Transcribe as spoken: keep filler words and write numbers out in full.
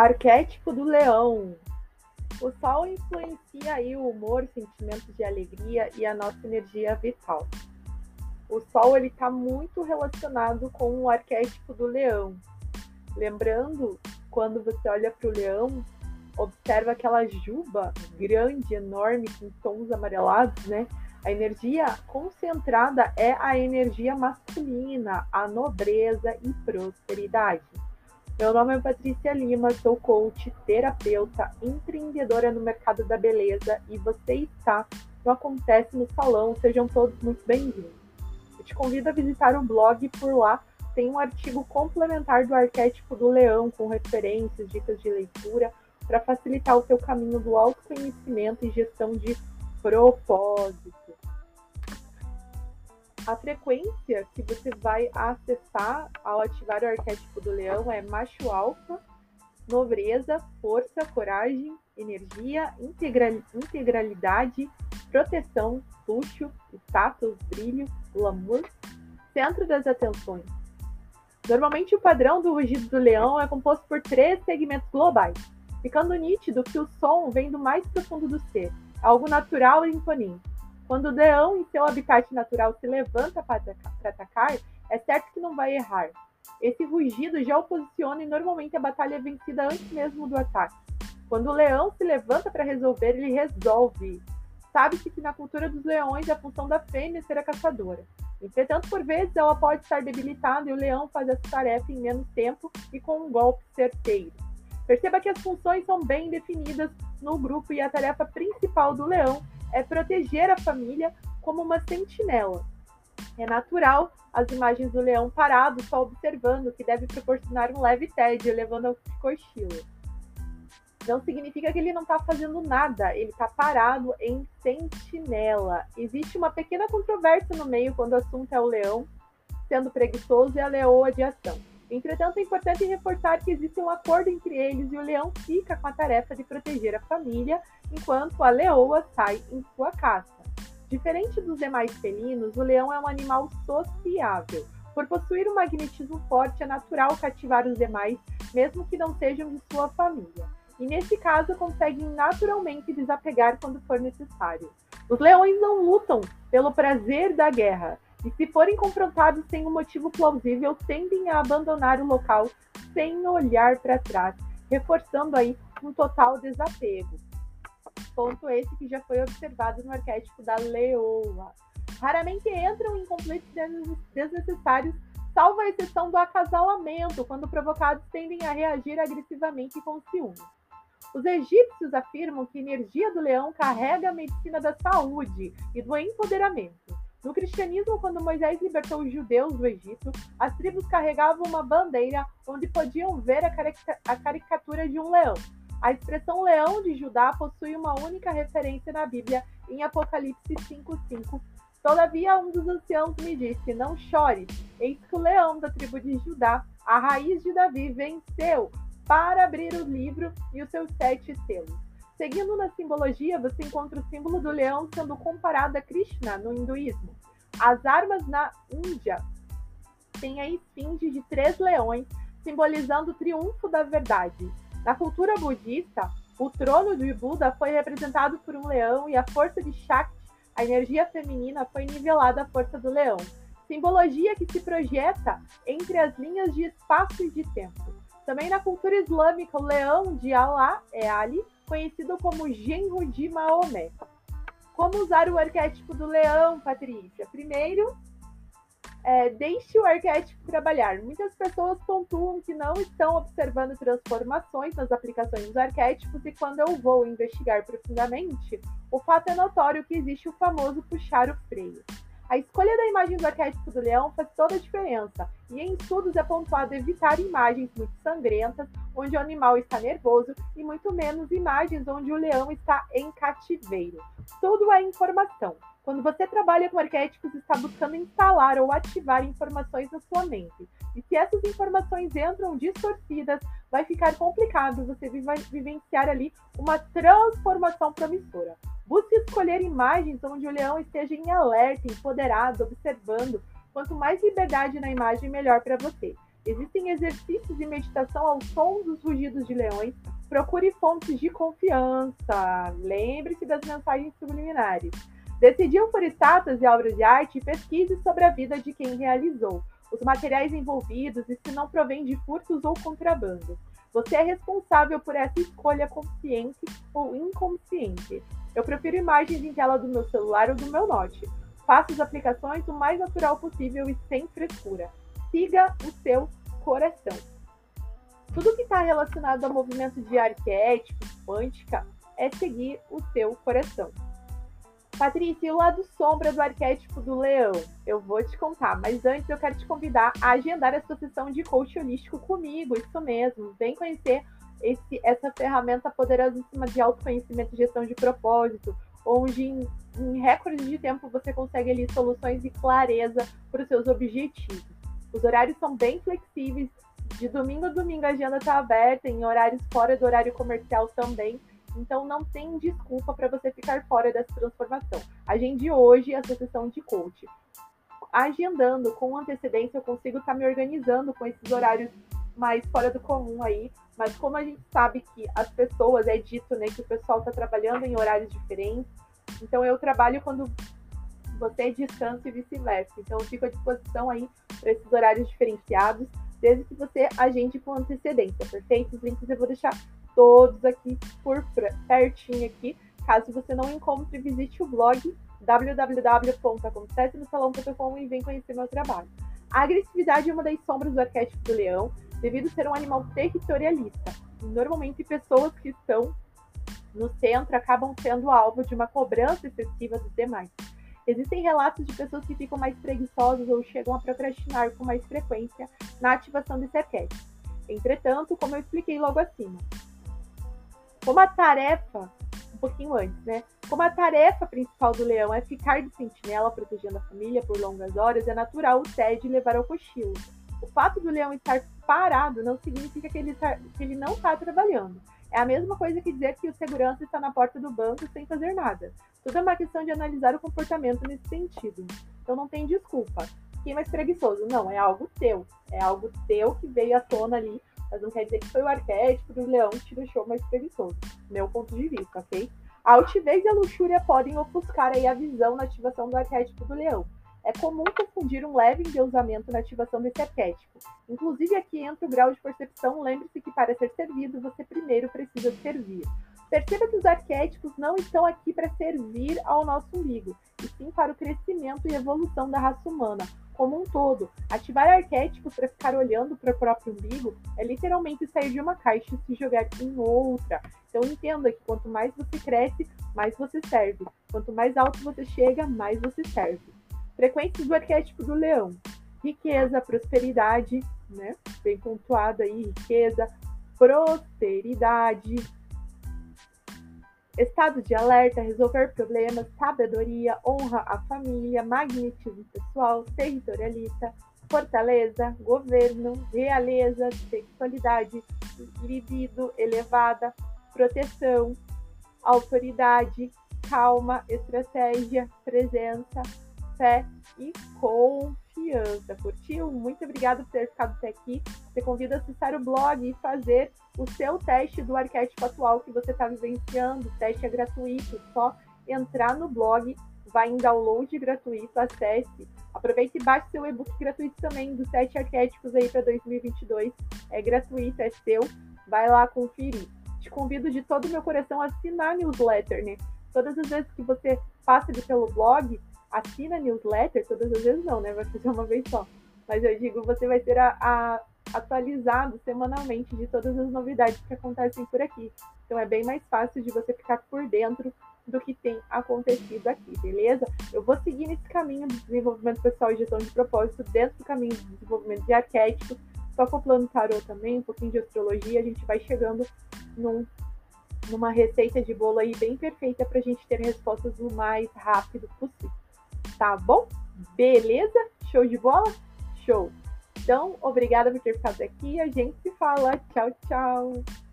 Arquétipo do leão. O sol influencia aí o humor, sentimentos de alegria e a nossa energia vital. O sol ele está muito relacionado com o arquétipo do leão. Lembrando, quando você olha para o leão, observa aquela juba grande, enorme, com tons amarelados, né? A energia concentrada é a energia masculina, a nobreza e prosperidade. Meu nome é Patrícia Lima, sou coach, terapeuta, empreendedora no mercado da beleza e você está no Acontece no Salão. Sejam todos muito bem-vindos. Eu te convido a visitar o blog, por lá tem um artigo complementar do arquétipo do leão com referências, dicas de leitura para facilitar o seu caminho do autoconhecimento e gestão de propósito. A frequência que você vai acessar ao ativar o arquétipo do leão é macho alfa, nobreza, força, coragem, energia, integralidade, proteção, luxo, status, brilho, glamour, centro das atenções. Normalmente o padrão do rugido do leão é composto por três segmentos globais, ficando nítido que o som vem do mais profundo do ser, algo natural e imponente. Quando o leão, em seu habitat natural, se levanta para atacar, é certo que não vai errar. Esse rugido já o posiciona e normalmente a batalha é vencida antes mesmo do ataque. Quando o leão se levanta para resolver, ele resolve. Sabe-se que na cultura dos leões a função da fêmea é ser a caçadora. Entretanto, por vezes ela pode estar debilitada e o leão faz essa tarefa em menos tempo e com um golpe certeiro. Perceba que as funções são bem definidas no grupo e a tarefa principal do leão é proteger a família como uma sentinela. É natural as imagens do leão parado, só observando, que deve proporcionar um leve tédio, levando ao cochilo. Não significa que ele não está fazendo nada, ele está parado em sentinela. Existe uma pequena controvérsia no meio quando o assunto é o leão sendo preguiçoso e a leoa de ação. Entretanto, é importante reforçar que existe um acordo entre eles e o leão fica com a tarefa de proteger a família, enquanto a leoa sai em sua caça. Diferente dos demais felinos, o leão é um animal sociável. Por possuir um magnetismo forte, é natural cativar os demais, mesmo que não sejam de sua família. E nesse caso, conseguem naturalmente desapegar quando for necessário. Os leões não lutam pelo prazer da guerra, e se forem confrontados sem um motivo plausível, tendem a abandonar o local sem olhar para trás, reforçando aí um total desapego. Ponto esse que já foi observado no arquétipo da leoa. Raramente entram em conflitos desnecessários, salvo a exceção do acasalamento, quando provocados tendem a reagir agressivamente com ciúme. Os egípcios afirmam que a energia do leão carrega a medicina da saúde e do empoderamento. No cristianismo, quando Moisés libertou os judeus do Egito, as tribos carregavam uma bandeira onde podiam ver a, carica- a caricatura de um leão. A expressão leão de Judá possui uma única referência na Bíblia, em Apocalipse cinco cinco. Todavia, um dos anciãos me disse: não chore, eis que o leão da tribo de Judá, a raiz de Davi, venceu para abrir o livro e os seus sete selos. Seguindo na simbologia, você encontra o símbolo do leão sendo comparado a Krishna no hinduísmo. As armas na Índia têm a esfinge de três leões, simbolizando o triunfo da verdade. Na cultura budista, o trono de Buda foi representado por um leão e a força de Shakti, a energia feminina, foi nivelada à força do leão. Simbologia que se projeta entre as linhas de espaço e de tempo. Também na cultura islâmica, o leão de Allah é Ali, conhecido como genro de Maomé. Como usar o arquétipo do leão, Patrícia? Primeiro, é, deixe o arquétipo trabalhar. Muitas pessoas pontuam que não estão observando transformações nas aplicações dos arquétipos e quando eu vou investigar profundamente, o fato é notório que existe o famoso puxar o freio. A escolha da imagem do arquétipo do leão faz toda a diferença, e em estudos é pontuado evitar imagens muito sangrentas, onde o animal está nervoso, e muito menos imagens onde o leão está em cativeiro. Tudo é informação. Quando você trabalha com arquétipos, está buscando instalar ou ativar informações na sua mente. E se essas informações entram distorcidas, vai ficar complicado você vivenciar ali uma transformação promissora. Busque escolher imagens onde o leão esteja em alerta, empoderado, observando. Quanto mais liberdade na imagem, melhor para você. Existem exercícios e meditação ao som dos rugidos de leões. Procure fontes de confiança. Lembre-se das mensagens subliminares. Decidiu por estátuas e obras de arte e pesquise sobre a vida de quem realizou, os materiais envolvidos e se não provém de furtos ou contrabando. Você é responsável por essa escolha consciente ou inconsciente. Eu prefiro imagens em tela do meu celular ou do meu note. Faça as aplicações o mais natural possível e sem frescura. Siga o seu coração. Tudo que está relacionado ao movimento de arquétipo, quântica, é seguir o seu coração. Patrícia, e o lado sombra do arquétipo do leão? Eu vou te contar, mas antes eu quero te convidar a agendar essa sessão de coach holístico comigo, isso mesmo. Vem conhecer esse, essa ferramenta poderosíssima de autoconhecimento e gestão de propósito, onde em, em recordes de tempo você consegue ali soluções e clareza para os seus objetivos. Os horários são bem flexíveis, de domingo a domingo a agenda está aberta, em horários fora do horário comercial também. Então, não tem desculpa para você ficar fora dessa transformação. Agende hoje a sua sessão de coach. Agendando com antecedência, eu consigo estar tá me organizando com esses horários mais fora do comum aí. Mas como a gente sabe que as pessoas, é dito, né, que o pessoal está trabalhando em horários diferentes, então eu trabalho quando você descansa e vice-versa. Então, eu fico à disposição aí para esses horários diferenciados, desde que você agende com antecedência, perfeito? Os links eu vou deixar todos aqui por pertinho aqui. Caso você não encontre, visite o blog w w w ponto acontece no salão ponto com e vem conhecer meu trabalho. A agressividade é uma das sombras do arquétipo do leão, devido ser um animal territorialista. Normalmente, pessoas que estão no centro acabam sendo alvo de uma cobrança excessiva dos demais. Existem relatos de pessoas que ficam mais preguiçosas ou chegam a procrastinar com mais frequência na ativação desse arquétipo. Entretanto, como eu expliquei logo acima, como a tarefa, um pouquinho antes, né? Como a tarefa principal do leão é ficar de sentinela protegendo a família por longas horas, é natural o tédio levar ao cochilo. O fato do leão estar parado não significa que ele, tá, que ele não está trabalhando. É a mesma coisa que dizer que o segurança está na porta do banco sem fazer nada. Tudo é uma questão de analisar o comportamento nesse sentido. Então não tem desculpa. Quem é mais preguiçoso? Não, é algo teu. É algo teu que veio à tona ali, mas não quer dizer que foi o arquétipo do leão que te deixou mais preguiçoso. Meu ponto de vista, ok? A altivez e a luxúria podem ofuscar aí a visão na ativação do arquétipo do leão. É comum confundir um leve endeusamento na ativação desse arquétipo. Inclusive, aqui entra o grau de percepção. Lembre-se que para ser servido, você primeiro precisa servir. Perceba que os arquétipos não estão aqui para servir ao nosso umbigo, e sim para o crescimento e evolução da raça humana como um todo. Ativar arquétipos para ficar olhando para o próprio umbigo é literalmente sair de uma caixa e se jogar em outra. Então entenda que quanto mais você cresce, mais você serve. Quanto mais alto você chega, mais você serve. Frequências do arquétipo do leão: riqueza, prosperidade, né? Bem pontuado aí, riqueza, prosperidade, estado de alerta, resolver problemas, sabedoria, honra à família, magnetismo pessoal, territorialista, fortaleza, governo, realeza, sexualidade, libido elevada, proteção, autoridade, calma, estratégia, presença, fé e confiança. Curtiu? Muito obrigada por ter ficado até aqui. Você convida a acessar o blog e fazer o seu teste do arquétipo atual que você está vivenciando. O teste é gratuito, só entrar no blog, vai em download gratuito, acesse. Aproveite e baixe seu e-book gratuito também dos sete arquétipos aí para dois mil e vinte e dois. É gratuito, é seu. Vai lá conferir. Te convido de todo o meu coração a assinar a newsletter, né? Todas as vezes que você passa ali pelo blog, assina a newsletter, todas as vezes não, né? Vai fazer uma vez só. Mas eu digo, você vai ser a, a, atualizado semanalmente de todas as novidades que acontecem por aqui. Então é bem mais fácil de você ficar por dentro do que tem acontecido aqui, beleza? Eu vou seguir nesse caminho de desenvolvimento pessoal e gestão de propósito, dentro do caminho de desenvolvimento de arquétipos, só acoplando tarô também, um pouquinho de astrologia, a gente vai chegando num, numa receita de bolo aí bem perfeita pra gente ter respostas o mais rápido possível. Tá bom? Beleza? Show de bola? Show! Então, obrigada por ter ficado aqui. A gente se fala. Tchau, tchau!